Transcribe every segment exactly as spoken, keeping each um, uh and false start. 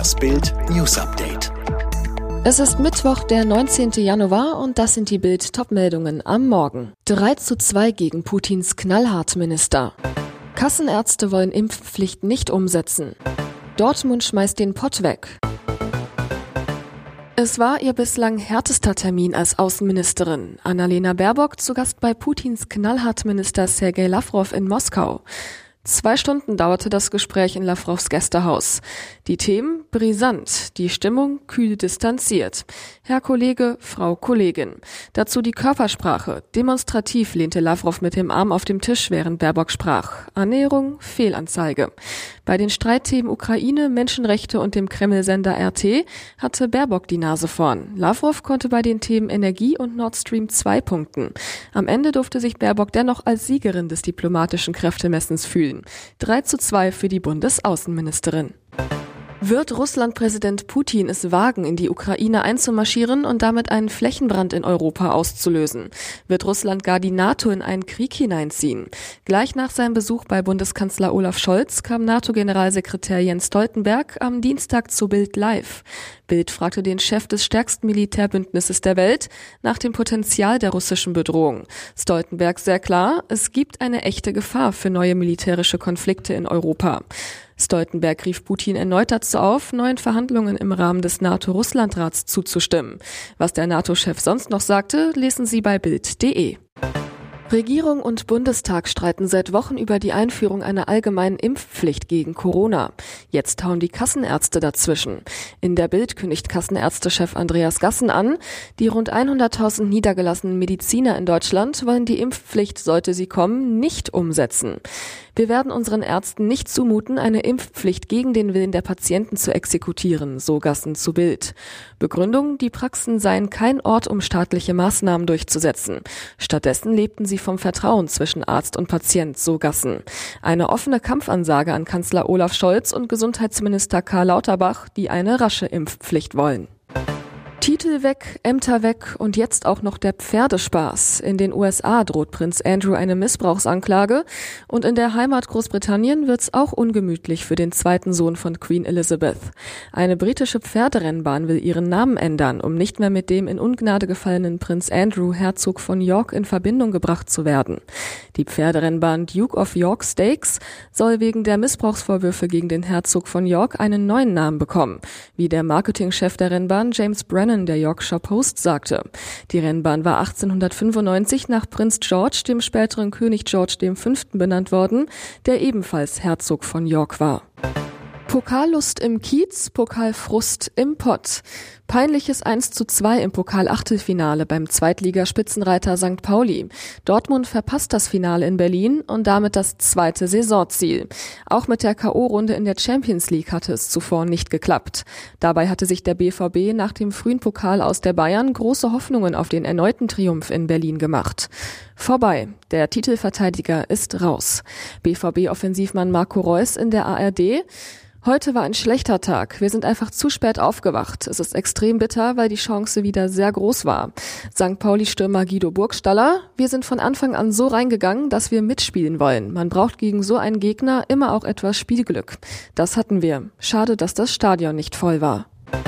Das Bild News Update. Es ist Mittwoch, der neunzehnten Januar und das sind die Bild-Top-Meldungen am Morgen. drei zu zwei gegen Putins Knallhart-Minister. Kassenärzte wollen Impfpflicht nicht umsetzen. Dortmund schmeißt den Pott weg. Es war ihr bislang härtester Termin als Außenministerin. Annalena Baerbock zu Gast bei Putins Knallhart-Minister Sergei Lawrow in Moskau. Zwei Stunden dauerte das Gespräch in Lawrows Gästehaus. Die Themen brisant, die Stimmung kühl distanziert. Herr Kollege, Frau Kollegin. Dazu die Körpersprache. Demonstrativ lehnte Lawrow mit dem Arm auf dem Tisch, während Baerbock sprach. Annäherung, Fehlanzeige. Bei den Streitthemen Ukraine, Menschenrechte und dem Kreml-Sender R T hatte Baerbock die Nase vorn. Lawrow konnte bei den Themen Energie und Nord Stream zwei punkten. Am Ende durfte sich Baerbock dennoch als Siegerin des diplomatischen Kräftemessens fühlen. drei zu zwei für die Bundesaußenministerin. Wird Russland-Präsident Putin es wagen, in die Ukraine einzumarschieren und damit einen Flächenbrand in Europa auszulösen? Wird Russland gar die NATO in einen Krieg hineinziehen? Gleich nach seinem Besuch bei Bundeskanzler Olaf Scholz kam NATO-Generalsekretär Jens Stoltenberg am Dienstag zu Bild Live. Bild fragte den Chef des stärksten Militärbündnisses der Welt nach dem Potenzial der russischen Bedrohung. Stoltenberg sehr klar, es gibt eine echte Gefahr für neue militärische Konflikte in Europa. Stoltenberg rief Putin erneut dazu auf, neuen Verhandlungen im Rahmen des NATO-Russland-Rats zuzustimmen. Was der NATO-Chef sonst noch sagte, lesen Sie bei Bild punkt de. Regierung und Bundestag streiten seit Wochen über die Einführung einer allgemeinen Impfpflicht gegen Corona. Jetzt hauen die Kassenärzte dazwischen. In der Bild kündigt Kassenärztechef Andreas Gassen an, die rund hunderttausend niedergelassenen Mediziner in Deutschland wollen die Impfpflicht, sollte sie kommen, nicht umsetzen. Wir werden unseren Ärzten nicht zumuten, eine Impfpflicht gegen den Willen der Patienten zu exekutieren, so Gassen zu Bild. Begründung, die Praxen seien kein Ort, um staatliche Maßnahmen durchzusetzen. Stattdessen lebten sie vom Vertrauen zwischen Arzt und Patient, so Gassen. Eine offene Kampfansage an Kanzler Olaf Scholz und Gesundheitsminister Karl Lauterbach, die eine rasche Impfpflicht wollen. Titel weg, Ämter weg und jetzt auch noch der Pferdespaß. In den U S A droht Prinz Andrew eine Missbrauchsanklage und in der Heimat Großbritannien wird's auch ungemütlich für den zweiten Sohn von Queen Elizabeth. Eine britische Pferderennbahn will ihren Namen ändern, um nicht mehr mit dem in Ungnade gefallenen Prinz Andrew, Herzog von York, in Verbindung gebracht zu werden. Die Pferderennbahn Duke of York Stakes soll wegen der Missbrauchsvorwürfe gegen den Herzog von York einen neuen Namen bekommen, wie der Marketingchef der Rennbahn James Brennan der Yorkshire Post sagte. Die Rennbahn war achtzehnhundertfünfundneunzig nach Prinz George, dem späteren König George der Fünfte, benannt worden, der ebenfalls Herzog von York war. Pokallust im Kiez, Pokalfrust im Pott. Peinliches eins zu zwei im Pokal-Achtelfinale beim Zweitligaspitzenreiter Sankt Pauli. Dortmund verpasst das Finale in Berlin und damit das zweite Saisonziel. Auch mit der K O-Runde in der Champions League hatte es zuvor nicht geklappt. Dabei hatte sich der B V B nach dem frühen Pokal aus der Bayern große Hoffnungen auf den erneuten Triumph in Berlin gemacht. Vorbei. Der Titelverteidiger ist raus. B V B-Offensivmann Marco Reus in der A R D. Heute war ein schlechter Tag. Wir sind einfach zu spät aufgewacht. Es ist extrem bitter, weil die Chance wieder sehr groß war. Sankt Pauli-Stürmer Guido Burgstaller: Wir sind von Anfang an so reingegangen, dass wir mitspielen wollen. Man braucht gegen so einen Gegner immer auch etwas Spielglück. Das hatten wir. Schade, dass das Stadion nicht voll war.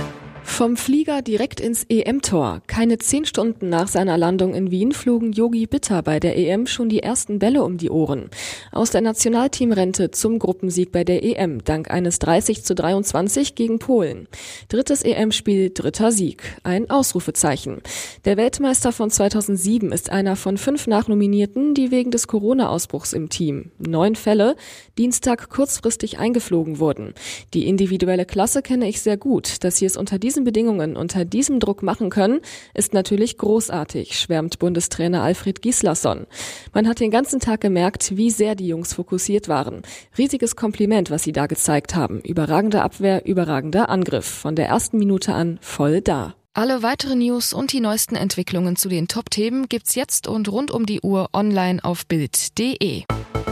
Vom Flieger direkt ins E M-Tor. Keine zehn Stunden nach seiner Landung in Wien flogen Yogi Bitter bei der E M schon die ersten Bälle um die Ohren. Aus der Nationalteamrente zum Gruppensieg bei der E M, dank eines dreißig zu dreiundzwanzig gegen Polen. Drittes E M-Spiel, dritter Sieg. Ein Ausrufezeichen. Der Weltmeister von zweitausendsieben ist einer von fünf Nachnominierten, die wegen des Corona-Ausbruchs im Team, neun Fälle, Dienstag kurzfristig eingeflogen wurden. Die individuelle Klasse kenne ich sehr gut, dass sie es unter diesen Bedingungen, unter diesem Druck machen können, ist natürlich großartig, schwärmt Bundestrainer Alfred Gislason. Man hat den ganzen Tag gemerkt, wie sehr die Jungs fokussiert waren. Riesiges Kompliment, was sie da gezeigt haben. Überragende Abwehr, überragender Angriff. Von der ersten Minute an voll da. Alle weiteren News und die neuesten Entwicklungen zu den Top-Themen gibt's jetzt und rund um die Uhr online auf Bild punkt de.